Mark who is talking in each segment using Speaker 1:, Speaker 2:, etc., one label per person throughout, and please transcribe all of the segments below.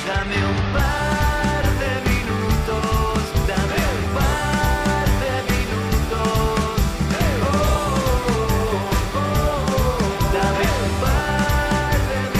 Speaker 1: Dame un par de minutos, dame un par de minutos. Oh, oh, oh, dame un par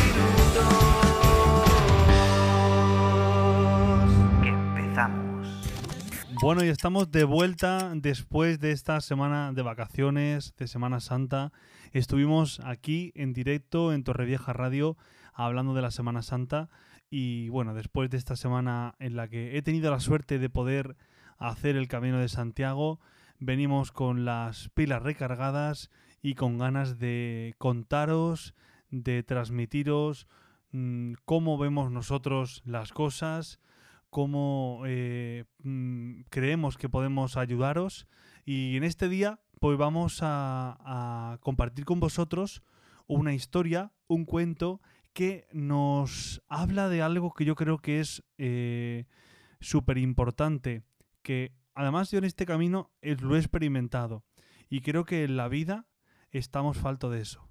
Speaker 1: de minutos. Que empezamos.
Speaker 2: Bueno, y estamos de vuelta después de esta semana de vacaciones, de Semana Santa. Estuvimos aquí en directo en Torrevieja Radio hablando de la Semana Santa y bueno, después de esta semana en la que he tenido la suerte de poder hacer el Camino de Santiago, venimos con las pilas recargadas y con ganas de contaros, de transmitiros cómo vemos nosotros las cosas, cómo creemos que podemos ayudaros, y en este día pues vamos a compartir con vosotros una historia, un cuento que nos habla de algo que yo creo que es súper importante, que además yo en este camino lo he experimentado y creo que en la vida estamos falto de eso.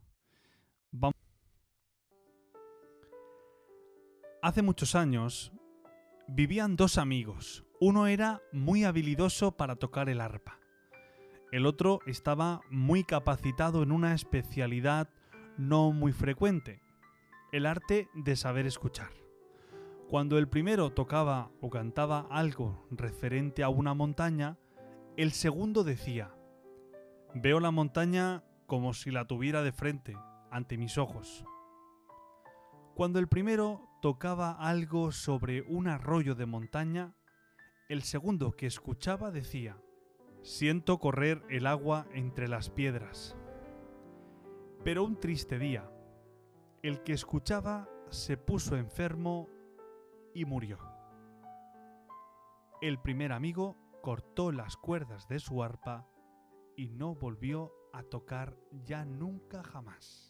Speaker 2: Hace muchos años vivían dos amigos. Uno era muy habilidoso para tocar el arpa. El otro estaba muy capacitado en una especialidad no muy frecuente, el arte de saber escuchar. Cuando el primero tocaba o cantaba algo referente a una montaña, el segundo decía: veo la montaña como si la tuviera de frente, ante mis ojos. Cuando el primero tocaba algo sobre un arroyo de montaña, el segundo que escuchaba decía: siento correr el agua entre las piedras. Pero un triste día, el que escuchaba se puso enfermo y murió. El primer amigo cortó las cuerdas de su arpa y no volvió a tocar ya nunca jamás.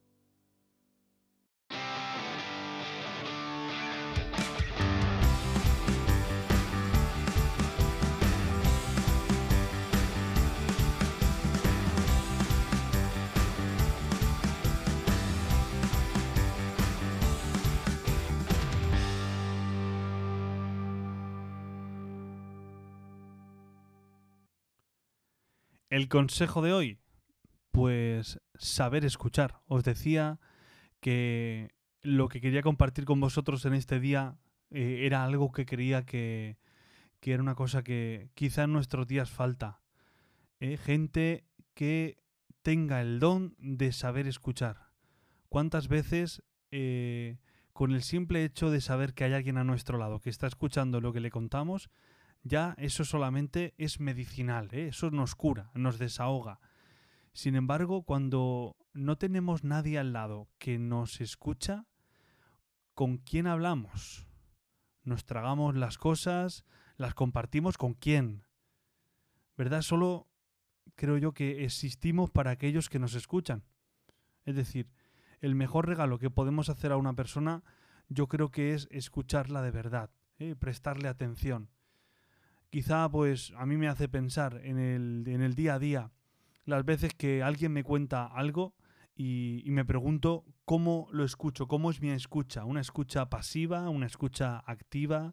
Speaker 2: El consejo de hoy, pues saber escuchar. Os decía que lo que quería compartir con vosotros en este día era algo que creía que era una cosa que quizá en nuestros días falta. Gente que tenga el don de saber escuchar. ¿Cuántas veces con el simple hecho de saber que hay alguien a nuestro lado que está escuchando lo que le contamos, ya eso solamente es medicinal, eso nos cura, nos desahoga? Sin embargo, cuando no tenemos nadie al lado que nos escucha, ¿con quién hablamos? Nos tragamos las cosas, las compartimos con quién, ¿verdad? Solo creo yo que existimos para aquellos que nos escuchan. Es decir, el mejor regalo que podemos hacer a una persona, yo creo que es escucharla de verdad, prestarle atención. Quizá pues a mí me hace pensar en el día a día, las veces que alguien me cuenta algo y me pregunto cómo lo escucho, cómo es mi escucha, una escucha pasiva, una escucha activa.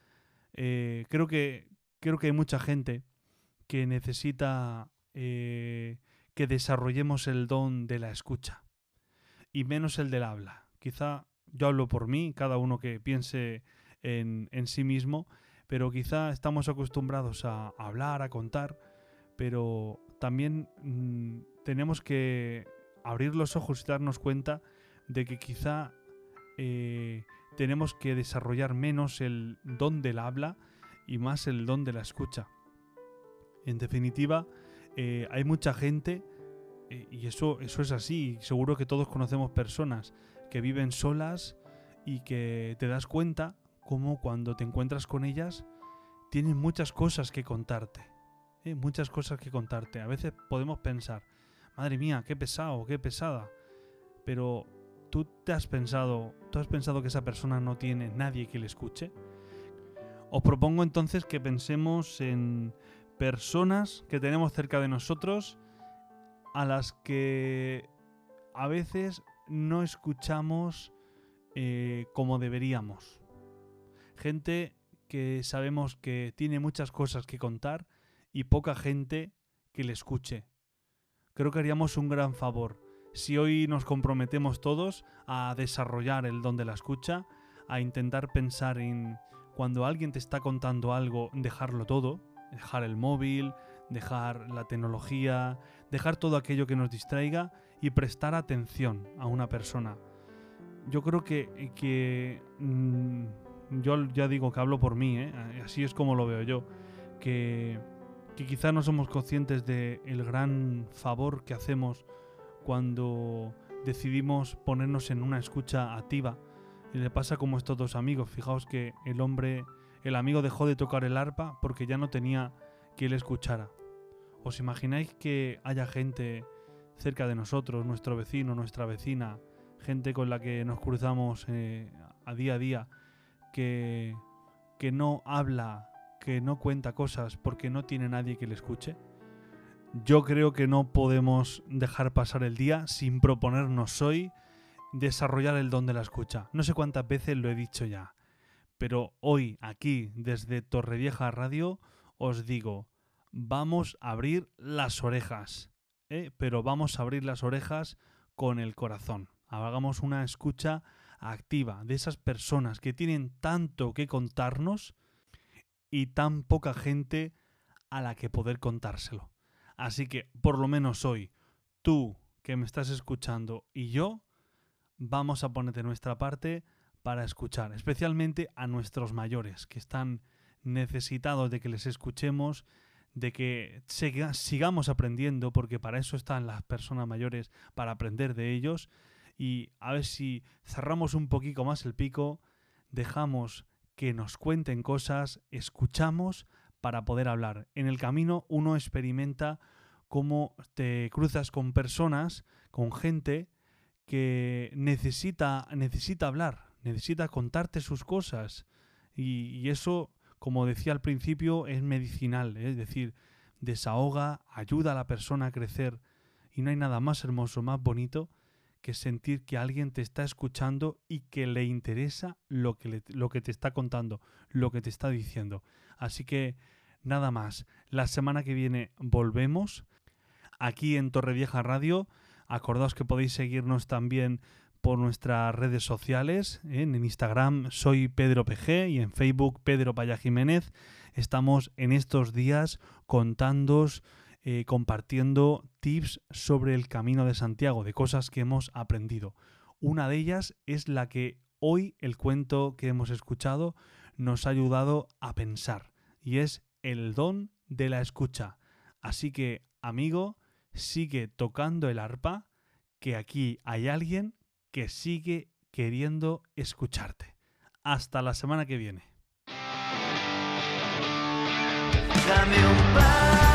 Speaker 2: Creo que hay mucha gente que necesita que desarrollemos el don de la escucha y menos el del habla. Quizá yo hablo por mí, cada uno que piense en sí mismo, pero quizá estamos acostumbrados a hablar, a contar, pero también tenemos que abrir los ojos y darnos cuenta de que quizá tenemos que desarrollar menos el don del habla y más el don de la escucha. En definitiva, hay mucha gente, y eso es así, seguro que todos conocemos personas que viven solas y que te das cuenta cómo cuando te encuentras con ellas tienen muchas cosas que contarte. Muchas cosas que contarte. A veces podemos pensar, madre mía, qué pesado, qué pesada. Pero ¿tú has pensado que esa persona no tiene nadie que le escuche? Os propongo entonces que pensemos en personas que tenemos cerca de nosotros a las que a veces no escuchamos como deberíamos. Gente que sabemos que tiene muchas cosas que contar y poca gente que le escuche. Creo que haríamos un gran favor si hoy nos comprometemos todos a desarrollar el don de la escucha, a intentar pensar en cuando alguien te está contando algo, dejarlo todo, dejar el móvil, dejar la tecnología, dejar todo aquello que nos distraiga y prestar atención a una persona. Yo creo que yo ya digo que hablo por mí, así es como lo veo yo, que quizás no somos conscientes del gran favor que hacemos cuando decidimos ponernos en una escucha activa. Y le pasa como a estos dos amigos. Fijaos que el amigo dejó de tocar el arpa porque ya no tenía quien le escuchara. ¿Os imagináis que haya gente cerca de nosotros, nuestro vecino, nuestra vecina, gente con la que nos cruzamos a día, que no habla, que no cuenta cosas porque no tiene nadie que le escuche? Yo creo que no podemos dejar pasar el día sin proponernos hoy desarrollar el don de la escucha. No sé cuántas veces lo he dicho ya, pero hoy aquí desde Torrevieja Radio os digo, vamos a abrir las orejas, pero vamos a abrir las orejas con el corazón. Hagamos una escucha activa de esas personas que tienen tanto que contarnos y tan poca gente a la que poder contárselo. Así que, por lo menos hoy, tú que me estás escuchando y yo, vamos a poner de nuestra parte para escuchar, especialmente a nuestros mayores, que están necesitados de que les escuchemos, de que sigamos aprendiendo, porque para eso están las personas mayores, para aprender de ellos, y a ver si cerramos un poquito más el pico, dejamos que nos cuenten cosas, escuchamos para poder hablar. En el camino uno experimenta cómo te cruzas con personas, con gente que necesita hablar, necesita contarte sus cosas. Y eso, como decía al principio, es medicinal, es decir, desahoga, ayuda a la persona a crecer. Y no hay nada más hermoso, más bonito que sentir que alguien te está escuchando y que le interesa lo que te está contando, lo que te está diciendo. Así que nada más. La semana que viene volvemos aquí en Torrevieja Radio. Acordaos que podéis seguirnos también por nuestras redes sociales. En Instagram soy Pedro PG y en Facebook Pedro Paya Jiménez. Estamos en estos días contándoos, compartiendo tips sobre el Camino de Santiago, de cosas que hemos aprendido. Una de ellas es la que hoy el cuento que hemos escuchado nos ha ayudado a pensar, y es el don de la escucha. Así que, amigo, sigue tocando el arpa, que aquí hay alguien que sigue queriendo escucharte. Hasta la semana que viene.
Speaker 1: Dame un par